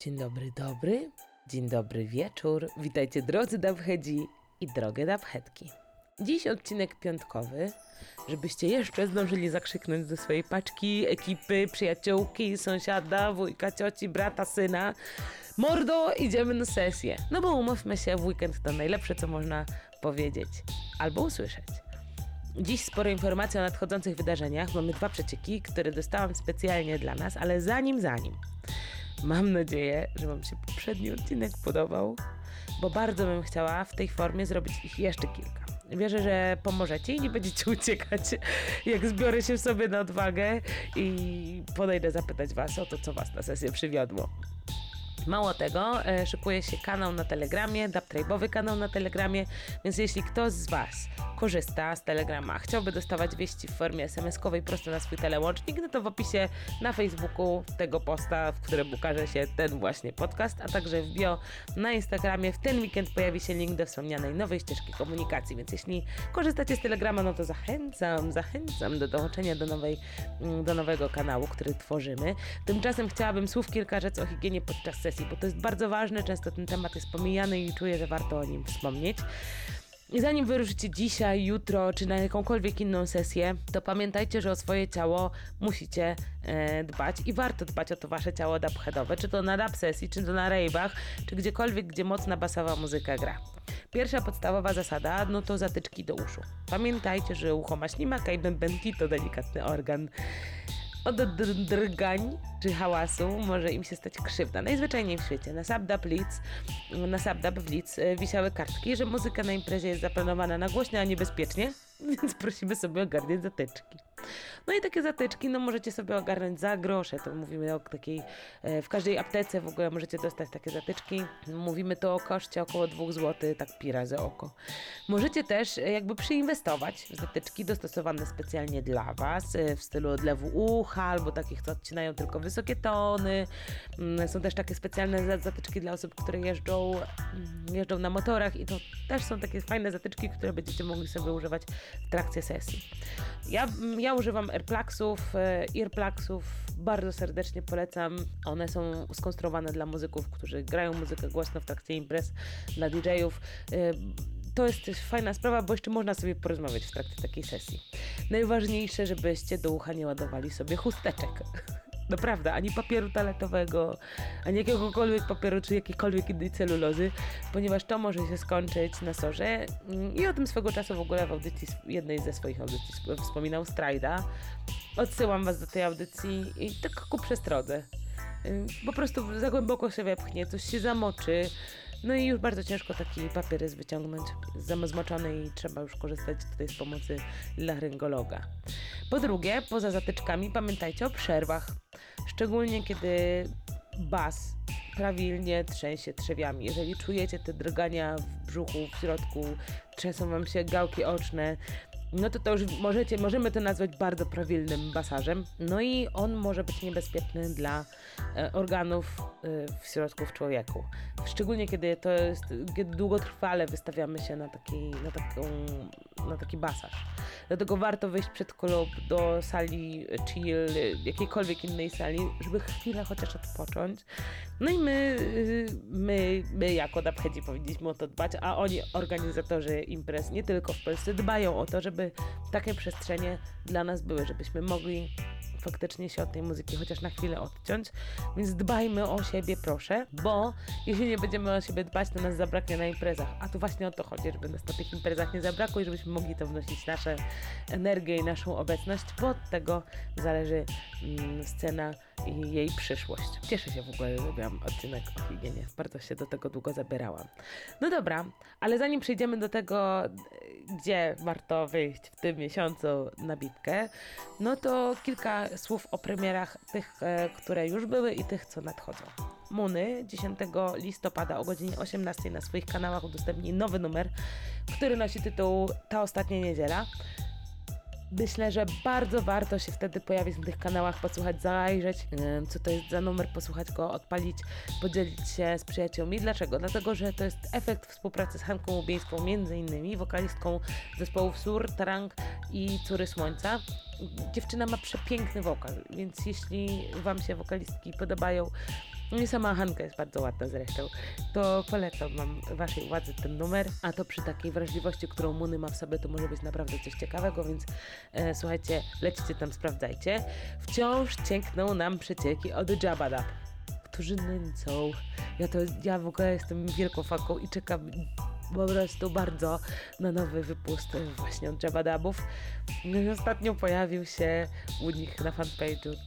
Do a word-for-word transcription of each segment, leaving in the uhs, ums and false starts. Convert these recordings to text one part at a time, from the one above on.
Dzień dobry, dobry. Dzień dobry wieczór. Witajcie drodzy dubheadzi i drogie dubheadki. Dziś odcinek piątkowy, żebyście jeszcze zdążyli zakrzyknąć do swojej paczki, ekipy, przyjaciółki, sąsiada, wujka, cioci, brata, syna. Mordo, idziemy na sesję. No bo umówmy się, w weekend to najlepsze, co można powiedzieć albo usłyszeć. Dziś sporo informacji o nadchodzących wydarzeniach. Mamy dwa przecieki, które dostałam specjalnie dla nas, ale zanim, zanim. Mam nadzieję, że wam się poprzedni odcinek podobał, bo bardzo bym chciała w tej formie zrobić ich jeszcze kilka. Wierzę, że pomożecie i nie będziecie uciekać, jak zbiorę się w sobie na odwagę i podejdę zapytać was o to, co was na sesję przywiodło. Mało tego, e, szykuje się kanał na Telegramie, dubtribe'owy kanał na Telegramie, więc jeśli ktoś z was korzysta z Telegrama, chciałby dostawać wieści w formie es em eskowej prosto na swój telełącznik, no to w opisie na Facebooku tego posta, w którym ukaże się ten właśnie podcast, a także w bio na Instagramie w ten weekend pojawi się link do wspomnianej nowej ścieżki komunikacji, więc jeśli korzystacie z Telegrama, no to zachęcam, zachęcam do dołączenia do, nowej, do nowego kanału, który tworzymy. Tymczasem chciałabym słów kilka rzeczy o higienie podczas sesji, bo to jest bardzo ważne, często ten temat jest pomijany i czuję, że warto o nim wspomnieć. I zanim wyruszycie dzisiaj, jutro, czy na jakąkolwiek inną sesję, to pamiętajcie, że o swoje ciało musicie e, dbać i warto dbać o to wasze ciało dubheadowe, czy to na dub sesji, czy to na rave'ach, czy gdziekolwiek, gdzie mocna basowa muzyka gra. Pierwsza podstawowa zasada, no to zatyczki do uszu. Pamiętajcie, że ucho ma ślimaka i bębenki to delikatny organ. Od drgań czy hałasu może im się stać krzywda. Najzwyczajniej w świecie. Na Subdub Leeds, na Subdub w Leeds wisiały kartki, że muzyka na imprezie jest zaplanowana na głośno, a niebezpiecznie, więc prosimy sobie ogarniać zatyczki. No i takie zatyczki, no możecie sobie ogarnąć za grosze, to mówimy o takiej, w każdej aptece w ogóle możecie dostać takie zatyczki, mówimy to o koszcie około dwóch złotych, tak pi razy oko. Możecie też jakby przyinwestować w zatyczki dostosowane specjalnie dla was, w stylu odlewu ucha, albo takich, co odcinają tylko wysokie tony. Są też takie specjalne zatyczki dla osób, które jeżdżą, jeżdżą na motorach i to też są takie fajne zatyczki, które będziecie mogli sobie używać w trakcie sesji. Ja, ja używam airplugsów, earplugsów, bardzo serdecznie polecam. One są skonstruowane dla muzyków, którzy grają muzykę głośno w trakcie imprez, dla didżejów. To jest też fajna sprawa, bo jeszcze można sobie porozmawiać w trakcie takiej sesji. Najważniejsze, żebyście do ucha nie ładowali sobie chusteczek. Naprawdę, ani papieru toaletowego, ani jakiegokolwiek papieru, czy jakiejkolwiek innej celulozy, ponieważ to może się skończyć na sorze. I o tym swego czasu w ogóle w audycji, jednej ze swoich audycji wspominał Strajda. Odsyłam was do tej audycji i tak ku przestrodze. Po prostu za głęboko się wepchnie, coś się zamoczy. No i już bardzo ciężko taki papier jest wyciągnąć, zmoczony i trzeba już korzystać tutaj z pomocy laryngologa. Po drugie, poza zatyczkami pamiętajcie o przerwach, szczególnie kiedy bas prawilnie trzęsie trzewiami. Jeżeli czujecie te drgania w brzuchu, w środku, trzęsą wam się gałki oczne, no to to już możecie, możemy to nazwać bardzo prawilnym basażem. No i on może być niebezpieczny dla e, organów e, w środku w człowieku. Szczególnie kiedy to jest, kiedy długotrwale wystawiamy się na taki, na taką, na taki basaż. Dlatego warto wyjść przed klub do sali chill, jakiejkolwiek innej sali, żeby chwilę chociaż odpocząć. No i my, my, my jako dubheadzi powinniśmy o to dbać, a oni, organizatorzy imprez, nie tylko w Polsce, dbają o to, żeby takie przestrzenie dla nas były, żebyśmy mogli faktycznie się od tej muzyki chociaż na chwilę odciąć, więc dbajmy o siebie, proszę, bo jeśli nie będziemy o siebie dbać, to nas zabraknie na imprezach, a tu właśnie o to chodzi, żeby nas na tych imprezach nie zabrakło i żebyśmy mogli to wnosić nasze energię i naszą obecność, bo od tego zależy mm, scena i jej przyszłość. Cieszę się w ogóle, że zrobiłam odcinek o higienie, bardzo się do tego długo zabierałam. No dobra, ale zanim przejdziemy do tego, gdzie warto wyjść w tym miesiącu na bitkę, no to kilka słów o premierach, tych, e, które już były i tych, co nadchodzą. Muny dziesiątego listopada o godzinie osiemnastej na swoich kanałach udostępni nowy numer, który nosi tytuł Ta ostatnia niedziela. Myślę, że bardzo warto się wtedy pojawić na tych kanałach, posłuchać, zajrzeć, co to jest za numer, posłuchać go, odpalić, podzielić się z przyjaciółmi. Dlaczego? Dlatego, że to jest efekt współpracy z Hanką Łubieńską, między innymi wokalistką zespołów Sur, Tarang i Córy Słońca. Dziewczyna ma przepiękny wokal, więc jeśli wam się wokalistki podobają, No i sama Hanka jest bardzo ładna zresztą. To polecam wam waszej uwadze ten numer, a to przy takiej wrażliwości, którą Muny ma w sobie, to może być naprawdę coś ciekawego, więc e, słuchajcie, lecicie tam, sprawdzajcie. Wciąż ciekną nam przecieki od Jabba Dab, którzy nęcą. Ja to, ja w ogóle jestem wielką fanką i czekam po prostu bardzo na nowy wypust właśnie od Jabba Dabów. No i ostatnio pojawił się u nich na fanpage'u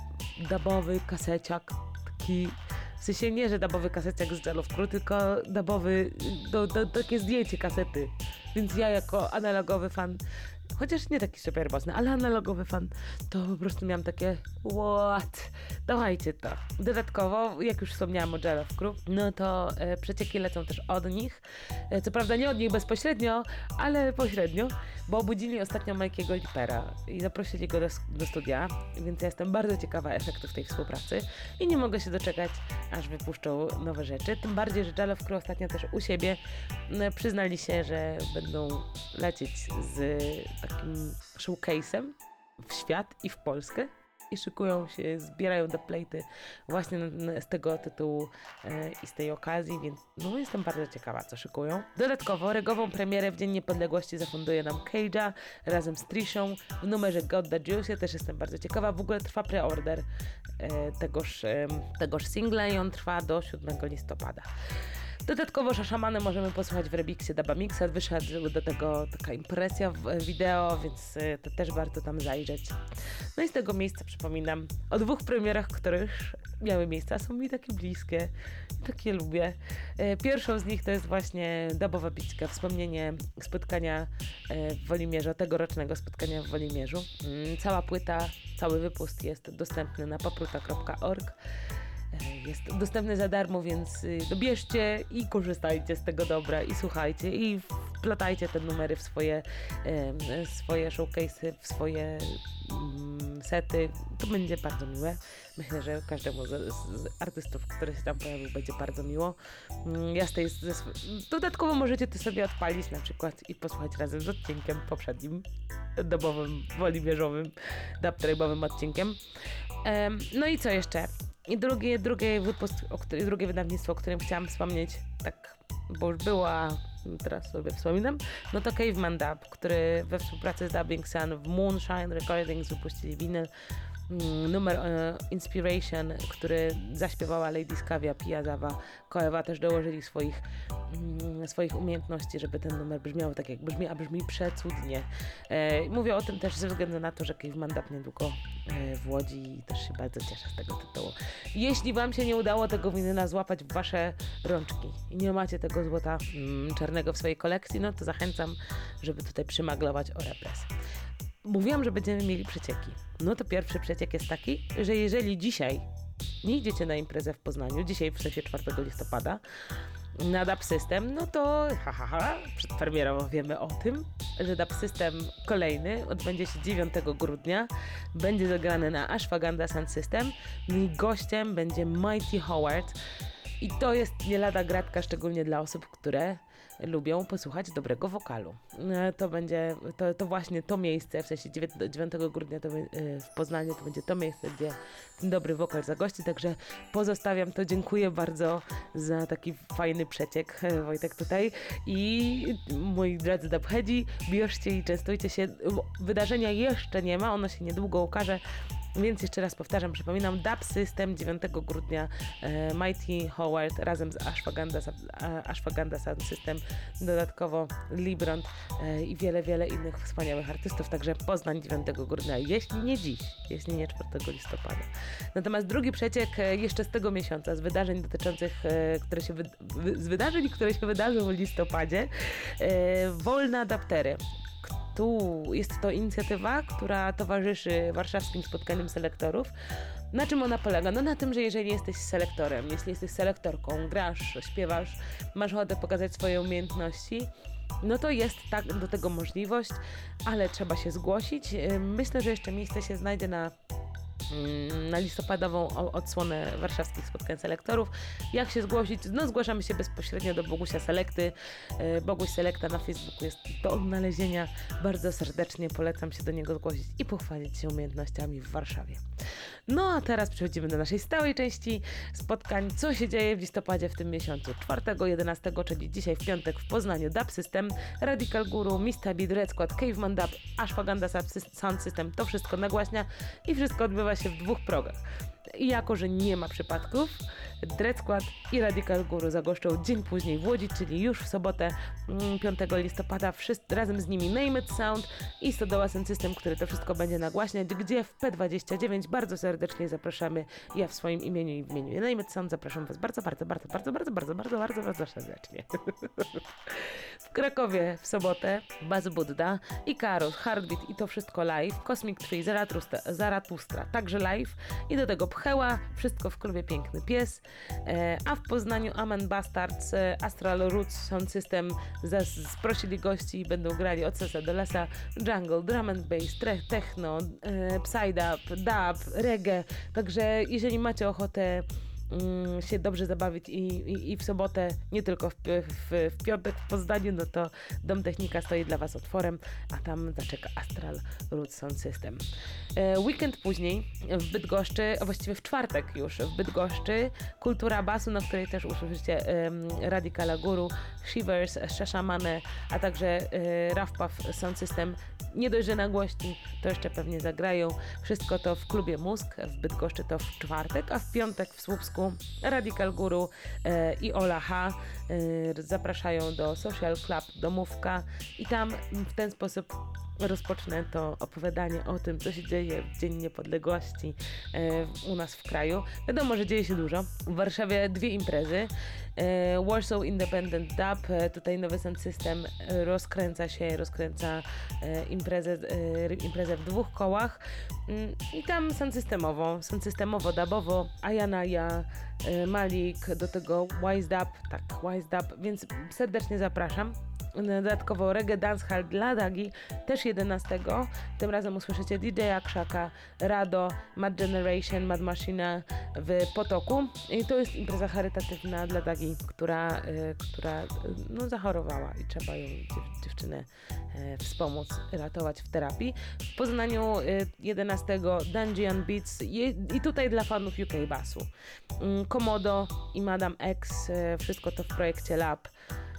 dabowy kaseciak, taki, w sensie nie, że dabowy kaseciak z Jell of Crew, tylko dabowy, do, do, takie zdjęcie kasety. Więc ja jako analogowy fan, chociaż nie taki super mocny, ale analogowy fan, to po prostu miałam takie what? Dawajcie to. Dodatkowo, jak już wspomniałam o Jell of Crew, no to e, przecieki lecą też od nich. E, co prawda nie od nich bezpośrednio, ale pośrednio, bo obudzili ostatnio Mikey'ego Lippera i zaprosili go do, do studia, więc ja jestem bardzo ciekawa efektów tej współpracy i nie mogę się doczekać, aż wypuszczą nowe rzeczy. Tym bardziej, że Jell of Crew ostatnio też u siebie m, przyznali się, że będą lecieć z takim showcase'em w świat i w Polskę i szykują się, zbierają do plejty właśnie na, na, z tego tytułu e, i z tej okazji, więc no jestem bardzo ciekawa, co szykują. Dodatkowo regową premierę w Dzień Niepodległości zafunduje nam Cage'a razem z Trishą w numerze Got the Juice. Ja też jestem bardzo ciekawa, w ogóle trwa preorder e, tegoż, e, tegoż singla i on trwa do siódmego listopada. Dodatkowo Szaszamanę możemy posłuchać w remiksie Dabba Mixa. Wyszedł do tego taka impresja w wideo, więc to też warto tam zajrzeć. No i z tego miejsca przypominam o dwóch premierach, które już miały miejsce, a są mi takie bliskie, takie lubię. Pierwszą z nich to jest właśnie Dabbowa Bićka, wspomnienie spotkania w Wolimierzu, tegorocznego spotkania w Wolimierzu. Cała płyta, cały wypust jest dostępny na popruta kropka org. Jest dostępny za darmo, więc dobierzcie i korzystajcie z tego dobra i słuchajcie i wplatajcie te numery w swoje, e, swoje showcase'y, w swoje mm, sety. To będzie bardzo miłe. Myślę, że każdemu z, z artystów, który się tam pojawił, będzie bardzo miło. Ja z tej, ze, dodatkowo możecie to sobie odpalić na przykład i posłuchać razem z odcinkiem poprzednim, dobowym, wolimierzowym, dubtrabe'owym odcinkiem. E, no i co jeszcze? I drugie, drugie wypust, o który, drugie wydawnictwo, o którym chciałam wspomnieć, tak, bo już była, teraz sobie wspominam, no to Caveman Dub, który we współpracy z Dubbing Sun w Moonshine Recordings wypuścili winyl, numer e, Inspiration, który zaśpiewała Lady Skavia, Pia Zawa, Koewa też dołożyli swoich, mm, swoich umiejętności, żeby ten numer brzmiał tak jak brzmi, a brzmi przecudnie. E, mówię o tym też ze względu na to, że Caveman Dub niedługo e, w Łodzi i też się bardzo cieszę z tego tytułu. Jeśli wam się nie udało tego winyla złapać w wasze rączki i nie macie tego złota mm, czarnego w swojej kolekcji, no to zachęcam, żeby tutaj przymaglować o repres. Mówiłam, że będziemy mieli przecieki. No to pierwszy przeciek jest taki, że jeżeli dzisiaj nie idziecie na imprezę w Poznaniu, dzisiaj w sensie czwartego listopada, na Dub System, no to ha, ha, ha, przed premierą wiemy o tym, że Dub System kolejny odbędzie się dziewiątego grudnia, będzie zagrany na Ashwagandha Sound System i gościem będzie Mighty Howard. I to jest nie lada gratka, szczególnie dla osób, które lubią posłuchać dobrego wokalu. To będzie, to, to właśnie to miejsce, w sensie dziewiątego grudnia to, w Poznaniu to będzie to miejsce, gdzie ten dobry wokal zagości, także pozostawiam to. Dziękuję bardzo za taki fajny przeciek, Wojtek tutaj. I moi drodzy dubheadzi, bierzcie i częstujcie się. Wydarzenia jeszcze nie ma, ono się niedługo ukaże. Więc jeszcze raz powtarzam, przypominam, Dub System dziewiątego grudnia, e, Mighty Howard razem z Ashwagandha, Ashwagandha Sound System, dodatkowo Librand e, i wiele, wiele innych wspaniałych artystów, także Poznań dziewiątego grudnia, jeśli nie dziś, jeśli nie czwartego listopada. Natomiast drugi przeciek e, jeszcze z tego miesiąca, z wydarzeń dotyczących, e, które się wy, wy, z wydarzeń, które się wydarzą w listopadzie, e, Wolna Dubtery. Tu jest to inicjatywa, która towarzyszy warszawskim spotkaniom selektorów. Na czym ona polega? No na tym, że jeżeli jesteś selektorem, jeśli jesteś selektorką, grasz, śpiewasz, masz ochotę pokazać swoje umiejętności, no to jest tak do tego możliwość, ale trzeba się zgłosić. Myślę, że jeszcze miejsce się znajdzie na na listopadową odsłonę warszawskich spotkań selektorów. Jak się zgłosić? No zgłaszamy się bezpośrednio do Bogusia Selekty. Boguś Selekta na Facebooku jest do odnalezienia. Bardzo serdecznie polecam się do niego zgłosić i pochwalić się umiejętnościami w Warszawie. No a teraz przechodzimy do naszej stałej części spotkań. Co się dzieje w listopadzie w tym miesiącu? czwartego, jedenastego, czyli dzisiaj w piątek w Poznaniu Dub System, Radical Guru, Mista Beat, Red Squad, Caveman Dub, Ashwagandha Sound System. To wszystko nagłaśnia i wszystko odbywa się w dwóch progach. I jako, że nie ma przypadków, Dread Squad i Radical Guru zagoszczą dzień później w Łodzi, czyli już w sobotę piątego listopada, wszyscy, razem z nimi Name It Sound i Stodoła Sound System, który to wszystko będzie nagłaśniać, gdzie w P dwadzieścia dziewięć bardzo serdecznie zapraszamy. Ja w swoim imieniu i w imieniu Name It Sound zapraszam Was bardzo, bardzo, bardzo, bardzo, bardzo, bardzo, bardzo, bardzo, bardzo serdecznie. W Krakowie w sobotę Baz Budda, Ikarus, Heartbeat i to wszystko live, Cosmic Tree, Zaratustra, Zaratustra także live i do tego Pcheła, wszystko w klubie Piękny Pies, e, a w Poznaniu Amen Bastards, e, Astral Roots Sound System sprosili gości i będą grali od sesa do lesa, jungle, drum and bass, tre, techno, e, psydub, dub, reggae, także jeżeli macie ochotę Mm, się dobrze zabawić i, i, i w sobotę, nie tylko w, w, w piątek w Poznaniu, no to Dom Technika stoi dla Was otworem, a tam zaczeka Astral Roots Sound System. E, weekend później w Bydgoszczy, a właściwie w czwartek już w Bydgoszczy, Kultura Basu, na której też usłyszycie e, Radicala Guru, Shivers, Shashamane, a także e, Rough Puff Sound System. Nie dość, że na głośni, to jeszcze pewnie zagrają. Wszystko to w klubie Mózg w Bydgoszczy to w czwartek, a w piątek w Słupsku Radical Guru e, i Ola H e, zapraszają do Social Club Domówka i tam w ten sposób rozpocznę to opowiadanie o tym, co się dzieje w Dzień Niepodległości e, u nas w kraju. Wiadomo, że dzieje się dużo. W Warszawie dwie imprezy. E, Warsaw Independent Dub, e, tutaj nowy sound system e, rozkręca się, rozkręca e, imprezę, e, imprezę w dwóch kołach mm, i tam sound systemowo, sound systemowo, dubowo, Ayanaya, e, Malik, do tego Wise Dub, tak, Wise Dub, więc serdecznie zapraszam. Dodatkowo Reggae Dancehall dla Dagi, też jedenastego. Tym razem usłyszycie D J Krzaka, Rado, Mad Generation, Mad Machina w Potoku. I to jest impreza charytatywna dla Dagi, która, y, która y, no, zachorowała i trzeba ją, dziew, dziewczynę y, wspomóc, ratować w terapii. W Poznaniu y, jedenastego Dungeon Beats i, i tutaj dla fanów U K Bassu. Y, Komodo i Madame X, y, wszystko to w projekcie Lab.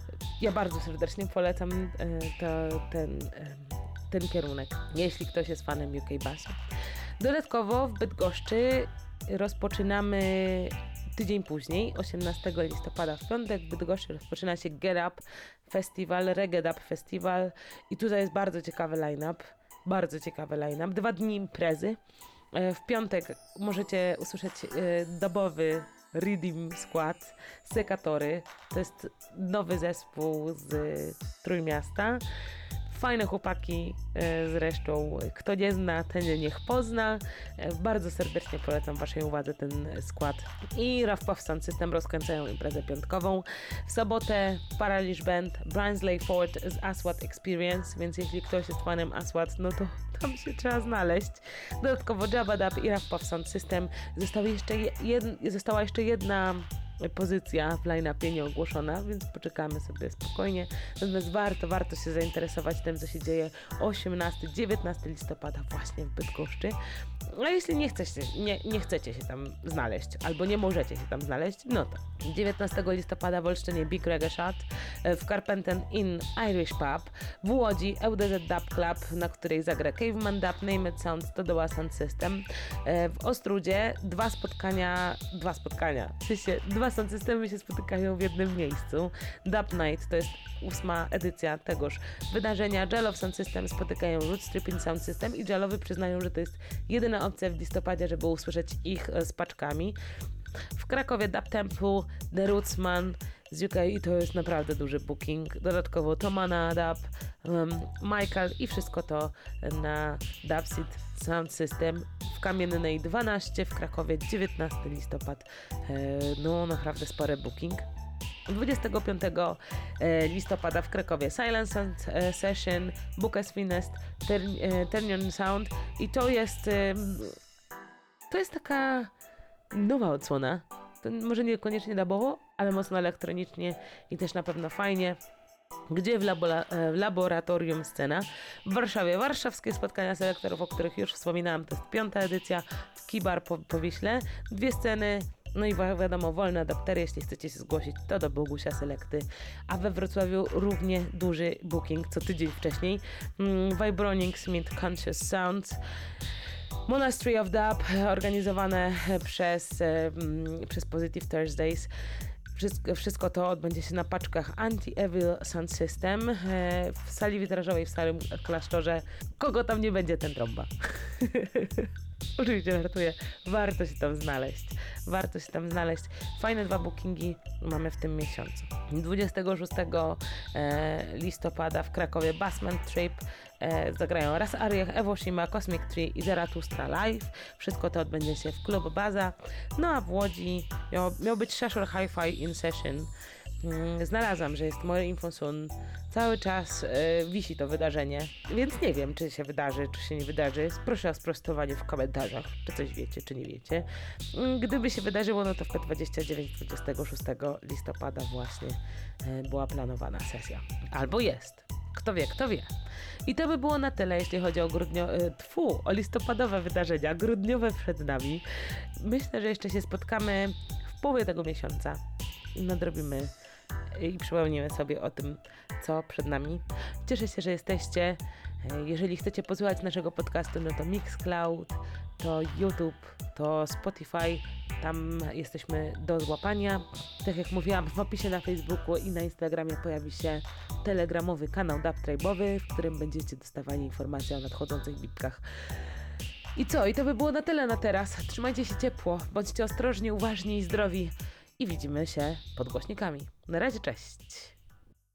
Ja bardzo serdecznie polecam e, to, ten, e, ten kierunek, jeśli ktoś jest fanem U K Bassu. Dodatkowo w Bydgoszczy rozpoczynamy tydzień później, osiemnastego listopada w piątek w Bydgoszczy rozpoczyna się Get Up Festival, Reggae Dub Festival i tutaj jest bardzo ciekawy line-up, bardzo ciekawy line-up, dwa dni imprezy. E, w piątek możecie usłyszeć e, dobowy Rhythm Squad, Sekatory, to jest nowy zespół z Trójmiasta. Fajne chłopaki e, zresztą, kto nie zna, ten niech pozna. E, bardzo serdecznie polecam Waszej uwadze ten skład. I Rough Puff Sound System rozkręcają imprezę piątkową. W sobotę Paralish Band, Barnsley Ford z Aswad Experience, więc jeśli ktoś jest fanem Aswad, no to tam się trzeba znaleźć. Dodatkowo Jabba Dub i Rough Puff Sound System. Została jeszcze, jed, została jeszcze jedna pozycja w line-upie nieogłoszona, więc poczekamy sobie spokojnie. Natomiast warto, warto się zainteresować tym, co się dzieje osiemnastego dziewiętnastego listopada właśnie w Bydgoszczy. A jeśli nie chcecie, nie, nie chcecie się tam znaleźć, albo nie możecie się tam znaleźć, no to dziewiętnastego listopada w Olsztynie Big Reggae Shot, w Carpenten Inn Irish Pub, w Łodzi L D Z Dub Club, na której zagra Caveman Dub, Name It Sound, Stodoła Sound System. W Ostródzie dwa spotkania, dwa spotkania, w sensie dwa sound systemy się spotykają w jednym miejscu. Dub Night to jest ósma edycja tegoż wydarzenia. Jalow Sound System spotykają Root Stripping Sound System i Jalowy przyznają, że to jest jedyna opcja w listopadzie, żeby usłyszeć ich z paczkami. W Krakowie Dub Temple, The Rootsman z U K i to jest naprawdę duży booking. Dodatkowo Tomana Dub, um, Michael i wszystko to na Dubseed Sound System w Kamiennej dwanaście, w Krakowie dziewiętnastego listopada. E, no naprawdę spory booking. dwudziestego piątego listopada w Krakowie Silence Sound Session, Bucas Finest, Turn On Sound i to jest to jest taka nowa odsłona. To może niekoniecznie dubowo, ale mocno elektronicznie i też na pewno fajnie. Gdzie w, labora- w laboratorium scena w Warszawie. Warszawskie spotkania selektorów, o których już wspominałam, to jest piąta edycja w Kibar po, po Wiśle. Dwie sceny, no i wi- wiadomo, wolne adaptery, jeśli chcecie się zgłosić, to do Bogusia Selekty. A we Wrocławiu równie duży booking, co tydzień wcześniej. Mm, Vibronic Smith Conscious Sounds. Monastery of Dub, organizowane przez, mm, przez Positive Thursdays. Wszystko, wszystko to odbędzie się na paczkach Anti-Evil Sound System e, w sali witrażowej w Starym Klasztorze. Kogo tam nie będzie, ten trąba. Oczywiście żartuję. Warto się tam znaleźć. Warto się tam znaleźć. Fajne dwa bookingi mamy w tym miesiącu. dwudziestego szóstego e, listopada w Krakowie Basement Trip e, zagrają Raz Ariach, Evo Shima, Cosmic Tree i Zaratustra Live. Wszystko to odbędzie się w Klub Baza. No a w Łodzi miał, miał być Shashore Hi-Fi in Session. Mm, Znalazłam, że jest More Info Soon. Cały czas e, wisi to wydarzenie, więc nie wiem, czy się wydarzy, czy się nie wydarzy. Proszę o sprostowanie w komentarzach, czy coś wiecie, czy nie wiecie. Mm, Gdyby się wydarzyło, no to w P dwadzieścia dziewięć dwudziestego szóstego listopada właśnie e, była planowana sesja. Albo jest. Kto wie, kto wie. I to by było na tyle, jeśli chodzi o grudnio... e, Tfu, o listopadowe wydarzenia. Grudniowe przed nami. Myślę, że jeszcze się spotkamy w połowie tego miesiąca i nadrobimy i przypomnimy sobie o tym, co przed nami. Cieszę się, że jesteście. Jeżeli chcecie posłuchać naszego podcastu, no to Mixcloud, to YouTube, to Spotify. Tam jesteśmy do złapania. Tak jak mówiłam, w opisie na Facebooku i na Instagramie pojawi się telegramowy kanał Dub Tribe'owy, w którym będziecie dostawali informacje o nadchodzących bitkach. I co? I to by było na tyle na teraz. Trzymajcie się ciepło, bądźcie ostrożni, uważni i zdrowi. I widzimy się pod głośnikami. Na razie, cześć!